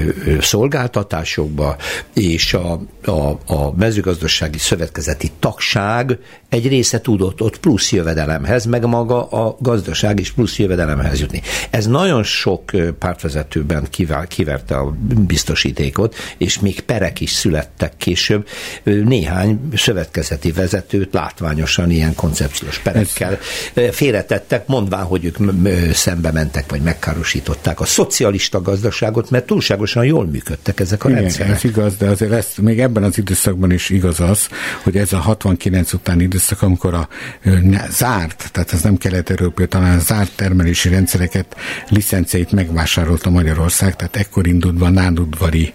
szolgáltatásokba, és a, a, a mezőgazdasági szövetkezeti tagság egy része tudott ott plusz jövedelemhez, meg maga a gazdaság is plusz jövedelemhez jutni. Ez nagyon sok pártvezetőben kiverte a biztosítékot, és még perek is születtek később. Néhány szövetkezeti vezetőt látványosan ilyen koncepciós perekkel félretettek, mondván, hogy ők szembe mentek, vagy megkárosították a szocialista gazdaságot, mert túlságosan jól működtek ezek a
Igen,
rendszerek.
Ez igaz, de azért ez, még ebben az időszakban is igaz az, hogy ez a hatvankilenc utáni időszak, amikor a zárt, tehát ez nem Kelet-Európai, talán a zárt termelési rendszereket, licenceit megvásárolta Magyarország, tehát ekkor indult be a nádudvari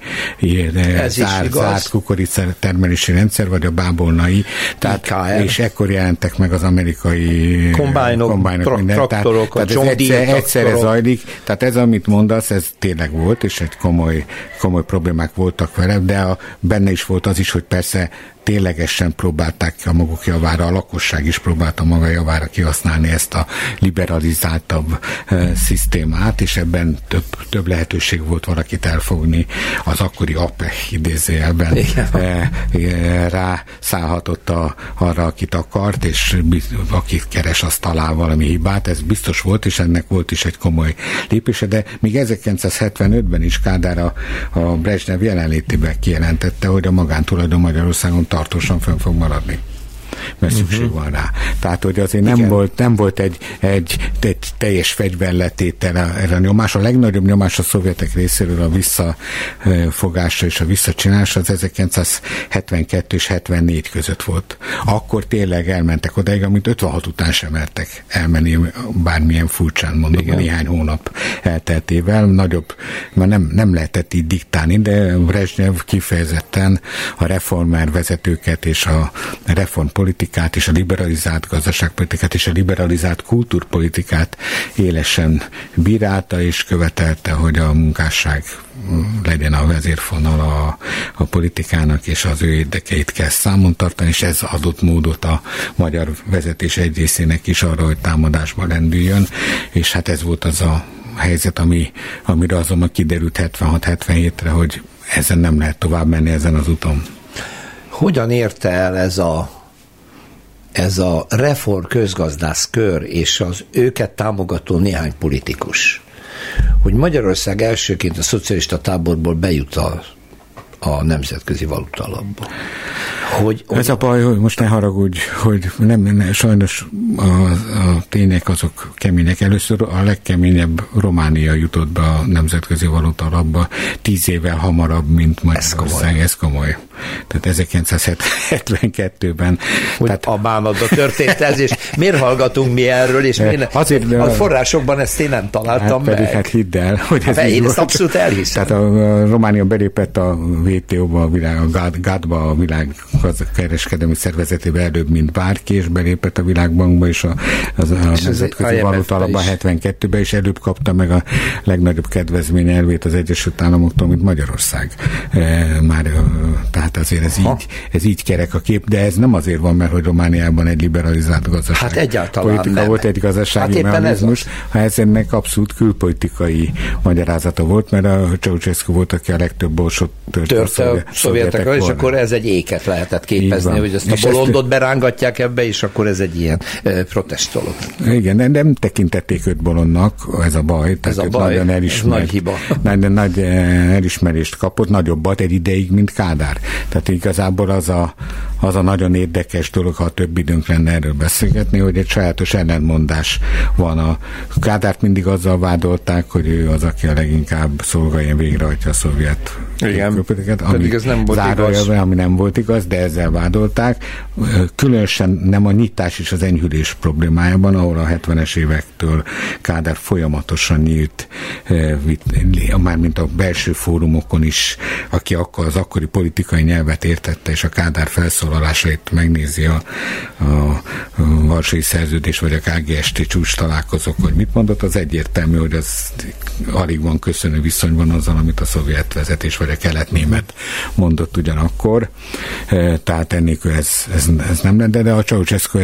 zárt, zárt kukorica termelési rendszer, vagy a bábolnai, tehát, és ekkor jelentek meg az amerikai
kombájnok,
kombájnok
tra- traktorok,
tehát,
a
tehát ez egyszer, egyszerre
traktorok.
zajlik, tehát ez, amit mondasz, ez tényleg volt, és egy komoly, komoly problémák voltak vele, de a, benne is volt az is, hogy persze ténylegesen próbálták a maguk javára, a lakosság is próbálta maga javára kihasználni ezt a liberalizáltabb e, szisztémát, és ebben több, több lehetőség volt valakit elfogni. Az akkori á pé e idézőjelben e, e, rászállhatott a, arra, akit akart, és akit keres, azt talál valami hibát. Ez biztos volt, és ennek volt is egy komoly lépése, de még ezerkilencszázhetvenötben is Kádár a, a Brezsnyev jelenlétében kijelentette, hogy a magántulajdon Magyarországon tartósan fönn fog maradni, mert uh-huh. szükség van rá. Tehát, hogy azért nem volt, nem volt egy, egy, egy teljes fegyverletétel erre a nyomás. A legnagyobb nyomás a szovjetek részéről a visszafogása és a visszacsinálása az ezerkilencszázhetvenkettő és hetvennégy között volt. Akkor tényleg elmentek odáig, amit ötvenhat után sem mertek elmenni, bármilyen furcsán mondom, igen. Néhány hónap elteltével. Nagyobb, mert nem, nem lehetett így diktálni, de Brezsnyev kifejezetten a reformer vezetőket és a reform politikát és a liberalizált gazdaságpolitikát és a liberalizált kultúrpolitikát élesen bírálta és követelte, hogy a munkásság legyen a vezérfonal a, a politikának, és az ő érdekeit kell számon tartani, és ez adott módot a magyar vezetés egy részének is arra, hogy támadásba lendüljön, és hát ez volt az a helyzet, ami, amire azonban kiderült hetvenhat hetvenhétre, hogy ezen nem lehet tovább menni, ezen az úton.
Hogyan érte el ez a ez a reform közgazdász kör és az őket támogató néhány politikus, hogy Magyarország elsőként a szocialista táborból bejut a, a Nemzetközi Valuta Alapba? Hogy, hogy...
Ez a baj, hogy most ne haragudj, hogy nem, nem sajnos a, a tények azok kemények. Először a legkeményebb Románia jutott be a Nemzetközi Valuta Alapba tíz évvel hamarabb, mint Magyarország. Ez komoly. Tehát ezerkilencszázhetvenkettőben.
Hogy tehát... a bánatban történt ez, és miért hallgatunk mi erről, és miért azért, a forrásokban ezt én nem találtam hát
pedig
meg.
Hát hidd el, hogy ez
hát
így
én
volt.
Ezt abszolút elhiszem.
Tehát a, a Románia belépett a vé té ó-ba, a világ, a gátba, a világ kereskedelmi szervezetébe előbb, mint bárki, és belépett a Világbankba, és a, az, a Nemzetközi Valuta Alapban hetvenkettőben, és előbb kapta meg a legnagyobb kedvezmény elvét az Egyesült Államoktól, mint Magyarország. E, már, tehát azért ez így, ez így kerek a kép, de ez nem azért van, mert hogy Romániában egy liberalizált gazdaság.
Hát egyáltalán
politika
nem.
volt, egy gazdasági hát mechanizmus, ha ez ennek abszolút külpolitikai magyarázata volt, mert a Ceausescu volt, aki a legtöbb borsot törte a
szovjetekről, és akkor ez egy éket lehetett képezni, hogy ezt a bolondot berángatják ebbe, és akkor ez egy ilyen e, protest dolog.
Igen, de nem tekintették őt bolondnak, ez a baj.
Ez a baj,
nagyon elismert,
nagy hiba.
Nagy, nagy elismerést kapott, nagyobbat egy ideig, mint Kádár. Tehát igazából az a, az a nagyon érdekes dolog, ha több időnk lenne erről beszélgetni, hogy egy sajátos ellentmondás van. A Kádárt mindig azzal vádolták, hogy ő az, aki a leginkább szolgálja végrehajtja a szovjet
Igen,
ami ez nem volt igaz. Ami nem volt igaz, de ezzel vádolták. Különösen nem a nyitás és az enyhülés problémájában, ahol a hetvenes évektől Kádár folyamatosan nyílt, mármint a belső fórumokon is, aki akkor az akkori politikai nyelvet értette, és a Kádár felszólalásait megnézi a, a Varsói Szerződés vagy a ká gé es té csúcs találkozók, hogy mit mondott, az egyértelmű, hogy az alig van köszönő viszonyban azzal, amit a szovjet vezetés vagy a kelet-német mondott ugyanakkor. Tehát ennélkül ez, ez, ez nem lenne, de a Ceausescu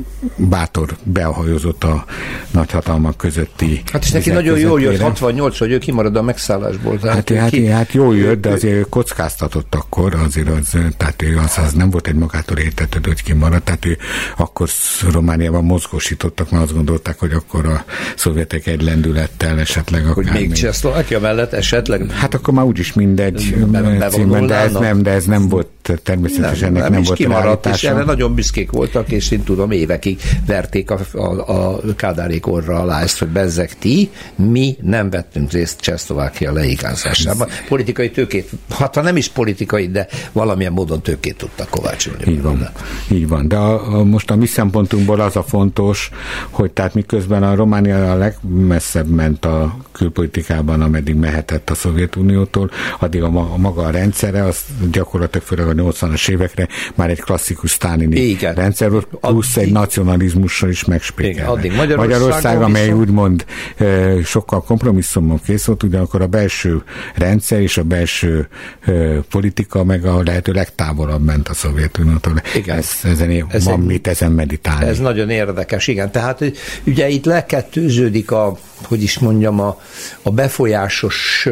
bátor behajózott a nagyhatalmak közötti.
Hát és neki nagyon jól jött hatvannyolc, hogy ő kimarad a megszállásból.
Hát, hát, ki... hát jól jött, de azért ő kockáztatott akkor, azért az, tehát ő az, az nem volt egy magától értetődő, hogy kimaradt, tehát ő akkor Romániában mozgósítottak, mert azt gondolták, hogy akkor a szovjetek egy lendülettel esetleg
hogy akár még, még Csehszlovákia mellett esetleg.
Hát akkor már úgyis mindegy be, címen, de ez nem, de ez nem volt természetesen, ennek nem, nem, nem volt
kimaradt, és erre nagyon büszkék voltak, és én tudom, évekig verték a, a, a Kádárék orra alá ezt, hogy bezzeg ti, mi nem vettünk részt Csehszlovákia leigázásában. Politikai tőkét, hát ha nem is politikai, de valamilyen módon tőkét tudtak kovácsolni.
Így van, így van. De a, a, most a mi szempontunkból az a fontos, hogy tehát miközben a Románia a legmesszebb ment a külpolitikában, ameddig mehetett a Szovjetuniótól, addig a, a maga a rendszere, az gyakorlatilag főleg a nyolcvanas évekre már egy klasszikus sztálini rendszer volt, plusz addig, egy nacionalizmussal is megspékelve. Magyarország, Magyarország amely viszont... úgymond e, sokkal kompromisszumon kész volt, ugyanakkor a belső rendszer és a belső e, politika meg a lehető legtávolabb ment a Szovjetuniótól. Ez, ezen ez van egy, mit ezen meditálni.
Ez nagyon érdekes, igen. Tehát ugye itt lekettőződik a, hogy is mondjam, a, a befolyásos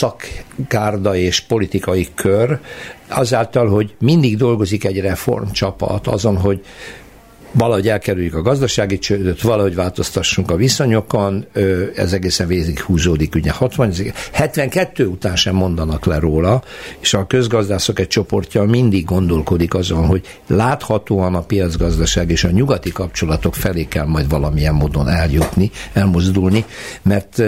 szakgárda és politikai kör, azáltal, hogy mindig dolgozik egy reformcsapat azon, hogy valahogy elkerüljük a gazdasági csődöt, valahogy változtassunk a viszonyokon, ez egészen végig húzódik, ugye hatvan, hetvenkettő után sem mondanak le róla, és a közgazdászok egy csoportja mindig gondolkodik azon, hogy láthatóan a piacgazdaság és a nyugati kapcsolatok felé kell majd valamilyen módon eljutni, elmozdulni, mert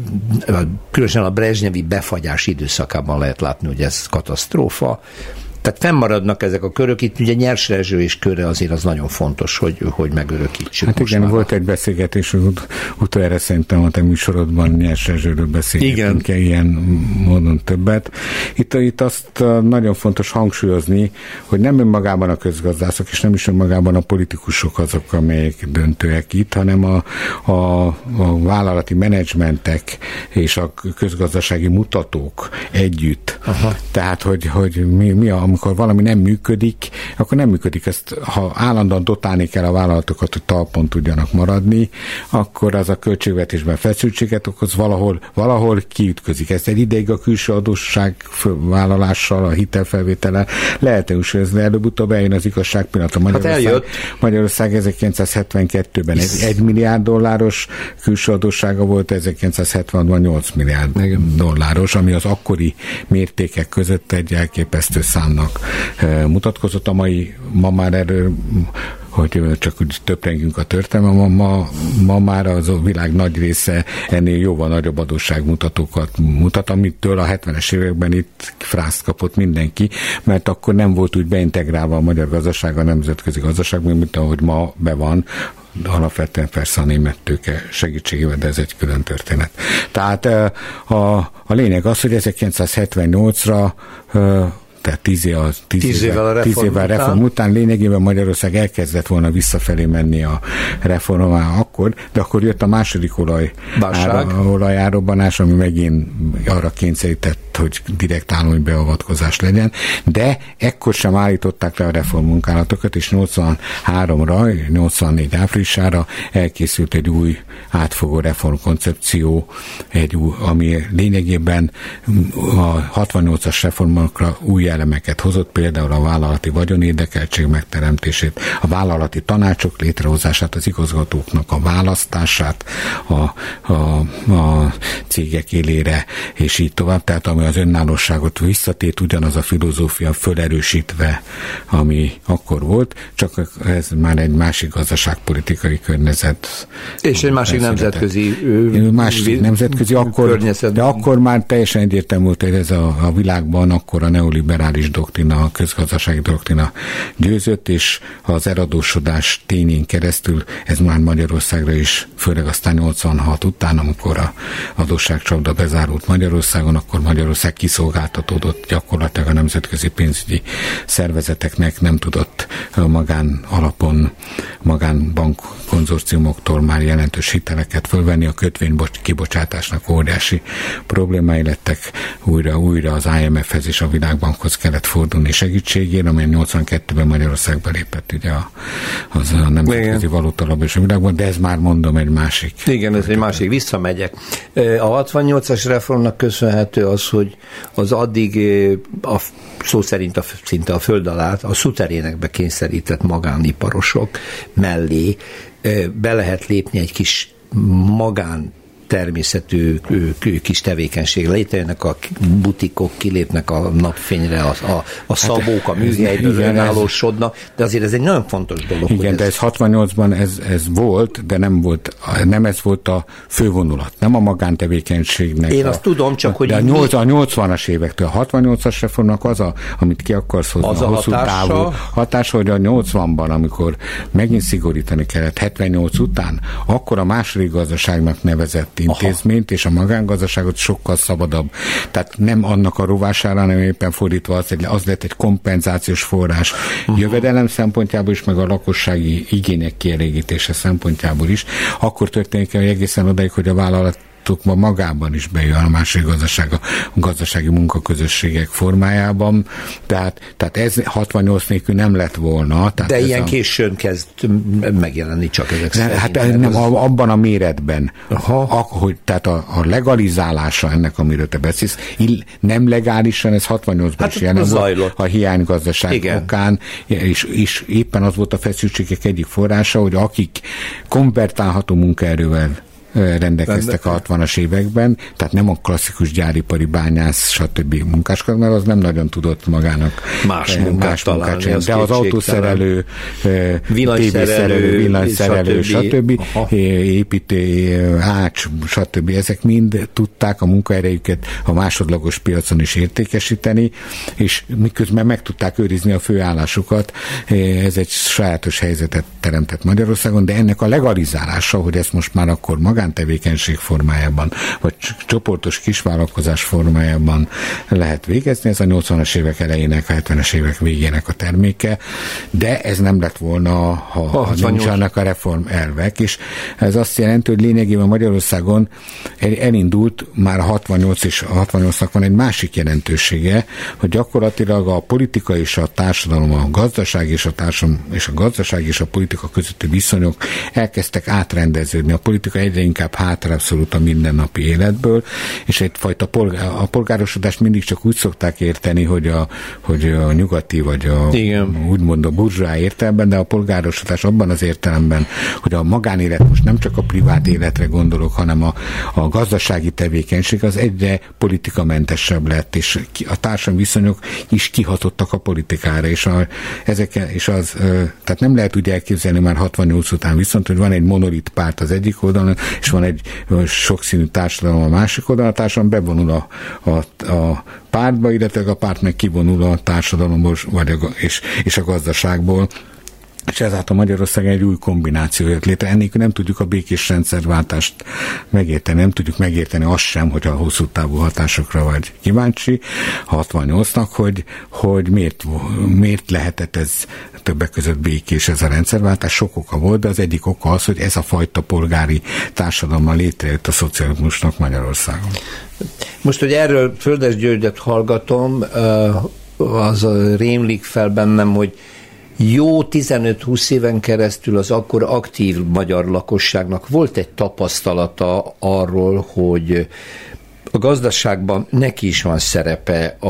különösen a Brezsnyevi befagyás időszakában lehet látni, hogy ez katasztrófa. Tehát fennmaradnak ezek a körök, itt ugye Nyers Rezső és köre azért az nagyon fontos, hogy, hogy megörökítsük.
Hát igen, volt egy beszélgetés, ut- utoljára szerintem a te műsorodban Nyers Rezsőről beszélgetünk ilyen módon többet. Itt, itt azt nagyon fontos hangsúlyozni, hogy nem önmagában a közgazdászok, és nem is önmagában a politikusok azok, amelyek döntőek itt, hanem a, a, a vállalati menedzsmentek és a közgazdasági mutatók együtt. Aha. Tehát, hogy, hogy mi, mi a amikor valami nem működik, akkor nem működik. Ezt, ha állandóan dotálni kell a vállalatokat, hogy talpon tudjanak maradni, akkor az a költségvetésben feszültséget okoz, valahol, valahol kiütközik. Ez egy ideig a külső adósság vállalással, a hitelfelvétellel lehet elúsítozni, előbb-utóbb eljön az igazság pillanata. Magyarország, hát Magyarország ezerkilencszázhetvenkettőben egy, egy milliárd dolláros külső adóssága volt, ezerkilencszázhetvanban nyolc milliárd Igen. dolláros, ami az akkori mértékek között egy elképesztő számnak mutatkozott. A mai, ma már erről, hogy csak úgy töprengünk a történelme, ma, ma, ma már az a világ nagy része ennél jóval nagyobb adósságmutatókat mutat, amitől a hetvenes években itt frászt kapott mindenki, mert akkor nem volt úgy beintegrálva a magyar gazdaság a nemzetközi gazdaságban, mint ahogy ma be van, alapvetően persze a német tőke segítségével, de ez egy külön történet. Tehát a, a lényeg az, hogy ezerkilencszázhetvennyolcra tehát tíz, év, tíz, tíz évvel, a reform, tíz évvel reform után. után lényegében Magyarország elkezdett volna visszafelé menni a reformán akkor, de akkor jött a második olaj olajárobbanás, ami megint arra kényszerített, hogy direkt állami beavatkozás legyen, de ekkor sem állították le a reformmunkálatokat, és nyolcvanháromra, nyolcvannégy áprilisára elkészült egy új átfogó reformkoncepció, egy új, ami lényegében a hatvannyolcas reformokra új elemeket hozott, például a vállalati vagyonérdekeltség megteremtését, a vállalati tanácsok létrehozását, az igazgatóknak a választását a, a, a cégek élére, és így tovább. Tehát ami az önállóságot visszatét, ugyanaz a filozófia fölerősítve, ami akkor volt, csak ez már egy másik gazdaságpolitikai környezet.
És egy másik nemzetközi
másik nemzetközi, akkor, de akkor már teljesen egyértelmű volt, hogy ez a, a világban akkor a neoliberális doktrina, a közgazdasági doktrina győzött, és az eladósodás tényén keresztül ez már Magyarországra is, főleg aztán nyolcvanhat után, amikor a adósságcsapda bezárult Magyarországon, akkor Magyarország kiszolgáltatódott gyakorlatilag a nemzetközi pénzügyi szervezeteknek, nem tudott magán alapon, magánbank konzorciumoktól már jelentős hiteleket fölvenni, a kötvény kibocsátásnak óriási problémái lettek, újra, újra az I M F-hez és a Világbankhoz kellett fordulni segítségére, amely nyolcvankettőben Magyarországba lépett ugye a, az a nemzetközi valutalap és a Világban, de ez már mondom egy másik.
Igen, ez egy másik, visszamegyek. A hatvannyolcas reformnak köszönhető az, hogy az addig a, szó szerint a, szinte a föld alá, a szuterénekbe kényszerített magániparosok mellé be lehet lépni egy kis magán természetű kis tevékenység. Létrejönnek a butikok, kilépnek a napfényre, a, a, a szabók, a műhelyből önállósodnak, de azért ez egy nagyon fontos dolog.
Igen,
ez...
de ez hatvannyolcban ez, ez volt, de nem volt, nem ez volt a fővonulat, nem a magántevékenységnek.
Én
a,
azt tudom, csak hogy...
De a, nyolc, a nyolcvanas évektől, a hatvannyolcas reformnak az, a, amit ki akarsz hozni,
az
a,
a
hosszú
hatása...
távú hatása, hogy a nyolcvanban, amikor megint szigorítani kellett, hetvennyolc után, akkor a második gazdaságnak nevezett intézményt, és a magángazdaságot sokkal szabadabb. Tehát nem annak a rovására, hanem éppen fordítva az, az lett egy kompenzációs forrás. Uh-huh. Jövedelem szempontjából is, meg a lakossági igények kielégítése szempontjából is. Akkor történik el, hogy egészen odaig, hogy a vállalat ma magában is bejön a másik gazdaság, a gazdasági munkaközösségek formájában. Tehát, tehát ez hatvannyolc nélkül nem lett volna. Tehát
de ilyen
a...
későn kezd megjelenni csak ezek
ne,
szerint.
Hát nem, az... abban a méretben.
Aha.
A, hogy, tehát a, a legalizálása ennek, amiről te beszélsz, nem legálisan, ez hatvannyolcban
hát
is jelen
volt
a hiánygazdaság
Igen.
okán, és, és éppen az volt a feszültségek egyik forrása, hogy akik konvertálható munkaerővel rendelkeztek a hatvanas években, tehát nem a klasszikus gyáripari bányász, stb. Munkáskat, mert az nem nagyon tudott magának
más munkát, más munkát találni,
az de az autószerelő, tévészerelő, villanyszerelő, stb. Építő, ács, stb. Ezek mind tudták a munkaerejüket a másodlagos piacon is értékesíteni, és miközben meg tudták őrizni a főállásukat. Ez egy sajátos helyzetet teremtett Magyarországon, de ennek a legalizálása, hogy ezt most már akkor magán tevékenység formájában, vagy csoportos kisvállalkozás formájában lehet végezni. Ez a nyolcvanas évek elejének, a hetvenes évek végének a terméke, de ez nem lett volna, ha, ha nincsenek a reform elvek, és ez azt jelenti, hogy lényegében Magyarországon elindult már a hatvannyolc, és a hatvannyolcnak van egy másik jelentősége, hogy gyakorlatilag a politika és a társadalom, a gazdaság és a társadalom, és a gazdaság és a politika közötti viszonyok elkezdtek átrendeződni. A politika egyre inkább hátrább szorult a mindennapi életből, és egyfajta polgár, a polgárosodást mindig csak úgy szokták érteni, hogy a, hogy a nyugati, vagy a Igen. úgymond a burzsóá értelemben, de a polgárosodás abban az értelemben, hogy a magánélet most nem csak a privát életre gondolok, hanem a, a gazdasági tevékenység az egyre politikamentesebb lett, és a társadalmi viszonyok is kihatottak a politikára, és, a, ezeken, és az, tehát nem lehet úgy elképzelni már hatvannyolc után viszont, hogy van egy monolit párt az egyik oldalon, és van egy sokszínű társadalom a másik oldalon, a társadalom bevonul a, a, a pártba, illetve a párt meg kivonul a társadalomból vagy a, és, és a gazdaságból. És ezáltal Magyarország egy új kombináció jött létre. Ennélkül nem tudjuk a békés rendszerváltást megérteni, nem tudjuk megérteni azt sem, hogy a hosszú távú hatásokra vagy kíváncsi hatvannyolcnak, hogy, hogy miért, miért lehetett ez többek között békés ez a rendszerváltás. Sok oka volt, de az egyik oka az, hogy ez a fajta polgári társadalommal létrejött a szocializmusnak Magyarországon.
Most, hogy erről Földes Györgyet hallgatom, az rémlik fel bennem, hogy jó tizenöt-húsz éven keresztül az akkor aktív magyar lakosságnak volt egy tapasztalata arról, hogy a gazdaságban neki is van szerepe a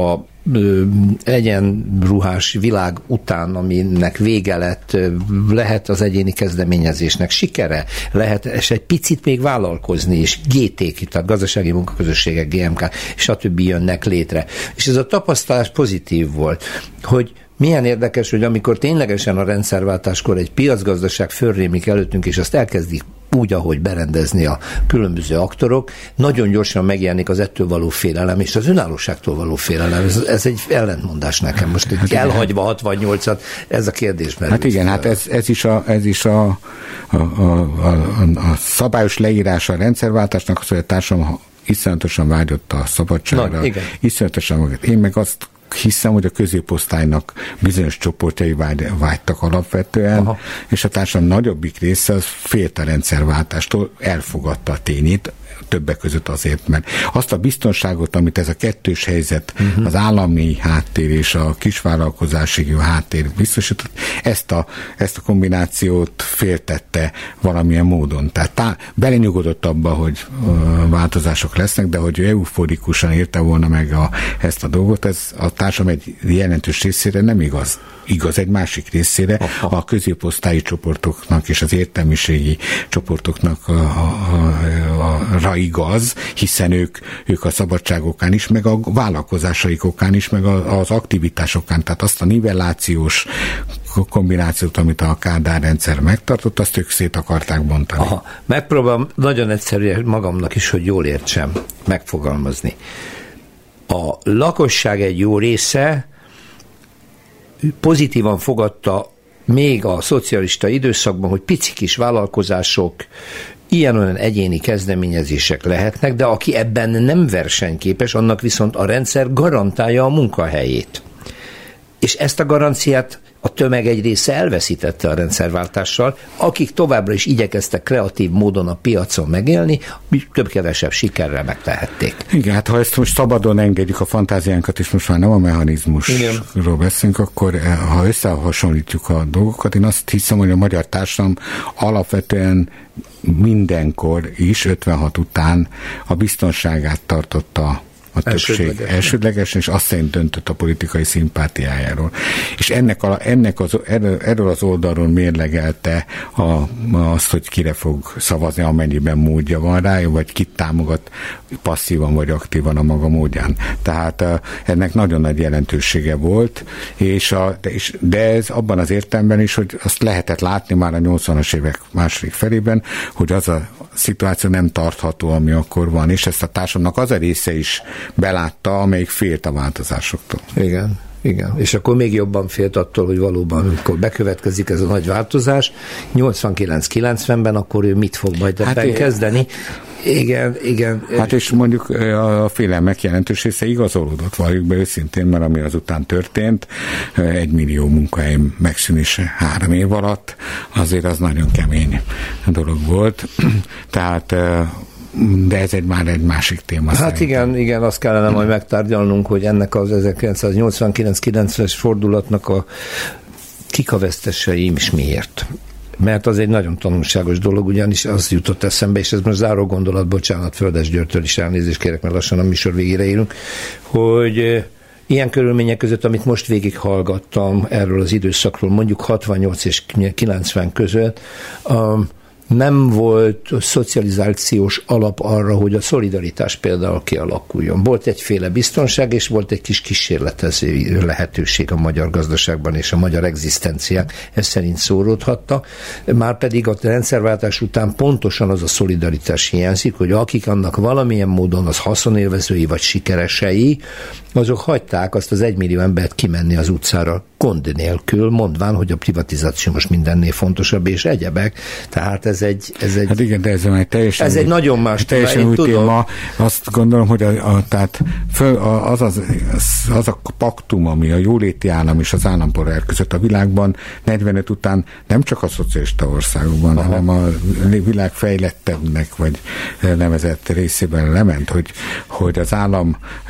egyenruhás világ után, aminek vége lett, lehet az egyéni kezdeményezésnek sikere, lehet és egy picit még vállalkozni is, gé té-k, tehát gazdasági munkaközösségek, gé em ká, stb. Jönnek létre. És ez a tapasztalás pozitív volt, hogy milyen érdekes, hogy amikor ténylegesen a rendszerváltáskor egy piacgazdaság fölrémlik előttünk, és azt elkezdik úgy, ahogy berendezni a különböző aktorok, nagyon gyorsan megjelenik az ettől való félelem, és az önállóságtól való félelem. Ez, ez egy ellentmondás nekem. Most egy hát elhagyva hatvannyolcat, ez a kérdés merül.
Hát igen, hát ez, ez is, a, ez is a, a, a, a, a szabályos leírása a rendszerváltásnak, az, hogy a társadalom iszonyatosan vágyott a szabadságra, Nagy, iszonyatosan magát. Én meg azt hiszem, hogy a középosztálynak bizonyos csoportjai vágy, vágytak alapvetően, Aha. és a társadalom nagyobbik része az félt a rendszerváltástól, elfogadta a tényét, többek között azért, mert azt a biztonságot, amit ez a kettős helyzet, uh-huh. az állami háttér és a kisvállalkozási háttér biztosított, ezt a, ezt a kombinációt féltette valamilyen módon. Tehát tá, belenyugodott abba, hogy uh, változások lesznek, de hogy euforikusan érte volna meg a, ezt a dolgot, ez a társadalom egy jelentős részére nem igaz. Igaz egy másik részére, Aha. a középosztályi csoportoknak és az értelmiségi csoportoknak a, a, a, a igaz, hiszen ők, ők a szabadságokán is, meg a vállalkozásaikokán is, meg az aktivitásokán, tehát azt a nivellációs kombinációt, amit a Kádár rendszer megtartott, azt ők szét akarták bontani.
Aha. Megpróbálom nagyon egyszerűen magamnak is, hogy jól értsem, megfogalmazni. A lakosság egy jó része pozitívan fogadta még a szocialista időszakban, hogy pici kis vállalkozások, ilyen-olyan egyéni kezdeményezések lehetnek, de aki ebben nem versenyképes, annak viszont a rendszer garantálja a munkahelyét. És ezt a garanciát a tömeg egy része elveszítette a rendszerváltással, akik továbbra is igyekeztek kreatív módon a piacon megélni, több-kevesebb sikerrel megtehették.
Igen, hát ha ezt most szabadon engedjük a fantáziánkat, és most már nem a mechanizmusról beszélünk, akkor ha összehasonlítjuk a dolgokat, én azt hiszem, hogy a magyar társadalom alapvetően mindenkor is, ötvenhat után a biztonságát tartotta a többség elsődleges. elsődlegesen, és azt szerint döntött a politikai szimpátiájáról. És ennek a, ennek az, erről, erről az oldalról mérlegelte a, azt, hogy kire fog szavazni, amennyiben módja van rá, vagy kit támogat passzívan vagy aktívan a maga módján. Tehát ennek nagyon nagy jelentősége volt, és a, de, és, de ez abban az értelemben is, hogy azt lehetett látni már a nyolcvanas évek második felében, hogy az a szituáció nem tartható, ami akkor van, és ezt a társadalomnak az a része is belátta, amelyik félt a változásoktól.
Igen, igen. És akkor még jobban félt attól, hogy valóban, amikor bekövetkezik ez a nagy változás, nyolcvankilenc-kilencvenben, akkor ő mit fog majd ebben hát kezdeni? Igen, igen.
Hát és mondjuk a félelmek jelentős része igazolódott, valljuk be őszintén, mert ami azután történt, egy millió munkahely megszűnése három év alatt, azért az nagyon kemény dolog volt. Tehát de ez egy már egy másik téma.
Hát
szerintem.
igen, igen, azt kellene majd megtárgyalnunk, hogy ennek az ezerkilencszáznyolcvankilenc-kilencvenes fordulatnak a kikavesztesei is miért. Mert az egy nagyon tanulságos dolog, ugyanis az jutott eszembe, és ez most záró gondolat, bocsánat, Földes Györgytől is elnézést kérek, mert lassan a műsor végére érünk, hogy ilyen körülmények között, amit most végighallgattam erről az időszakról, mondjuk hatvannyolc és kilencven között, um, nem volt szocializációs alap arra, hogy a szolidaritás például kialakuljon. Volt egyféle biztonság, és volt egy kis kísérletező lehetőség a magyar gazdaságban, és a magyar egzisztenciák ez szerint szóródhatta. Márpedig a rendszerváltás után pontosan az a szolidaritás hiányzik, hogy akik annak valamilyen módon az haszonélvezői vagy sikeresei, azok hagyták azt az egymillió embert kimenni az utcára gond nélkül, mondván, hogy a privatizáció most mindennél fontosabb, és egyebek. Tehát ez egy... Ez egy,
hát igen, de ez egy teljesen...
Ez egy nagyon más
téma, teljesen új téma. Azt gondolom, hogy a, a, tehát föl, az, az, az a paktum, ami a jóléti állam és az állampolgár között a világban negyvenöt után nem csak a szocialista országokban, Aha. hanem a világ fejlettebbnek vagy nevezett részében lement, hogy, hogy az állam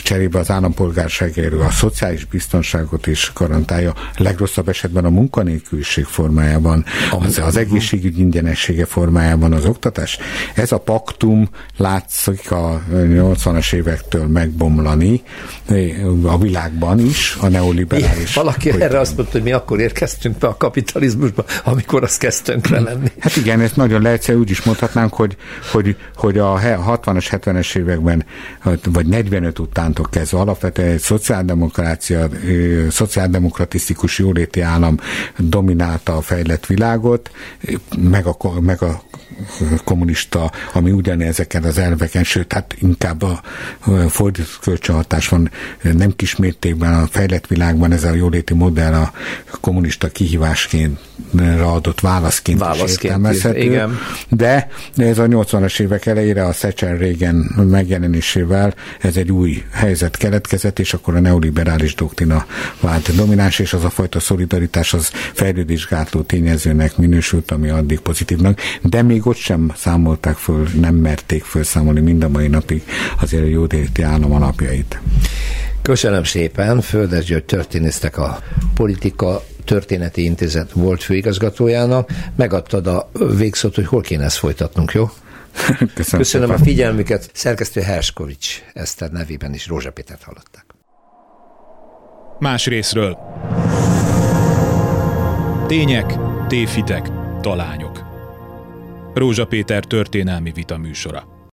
cserébe az állampolgárságéről a szociális biztonságot is garantálja, legrosszabb esetben a munkanélküliség formájában, az, az egészségügy ingyenessége formájában az oktatás. Ez a paktum látszik a nyolcvanas évektől megbomlani a világban is, a neoliberális.
Valaki hogy erre azt mondta, hogy mi akkor érkeztünk be a kapitalizmusba, amikor azt kezdtünk le lenni.
Hát igen, ezt nagyon leegyszerű, úgy is mondhatnánk, hogy, hogy, hogy a hatvanas, hetvenes években, vagy negyvenöt utántól kezdve alapvetően egy szociáldemokrácia, szociáldemokratisztikus jóléti állam dominálta a fejlett világot, meg a, meg a kommunista, ami ugyanezeken az elveken, sőt, hát inkább a fordított kölcsönhatás van, nem kis mértékben a fejlett világban ez a jóléti modell a kommunista kihívásként adott válaszként, válaszként is értelmezhető. Igen. De ez a nyolcvanas évek elejére a Thatcher Reagan megjelenésével ez egy új helyzet keletkezett, és akkor a neoliberális doktrina vált domináns, és az a fajta szolidaritás az fejlődésgátló tényezőnek minősült, ami addig pozitívnak, de még ott sem számolták föl, nem merték felszámolni mind a mai napig azért a jóléti állam alapjait.
Köszönöm szépen, Földes György történésznek, a Politika Történeti Intézet volt főigazgatójának. Megadtad a végszót, hogy hol kéne ezt folytatnunk, jó?
Köszönöm,
Köszönöm a figyelmüket. Szerkesztő Herskovics Eszter nevében is Rózsa Pétert hallották.
Más részről. Tények, tévhitek, talányok. Rózsa Péter történelmi vita műsora.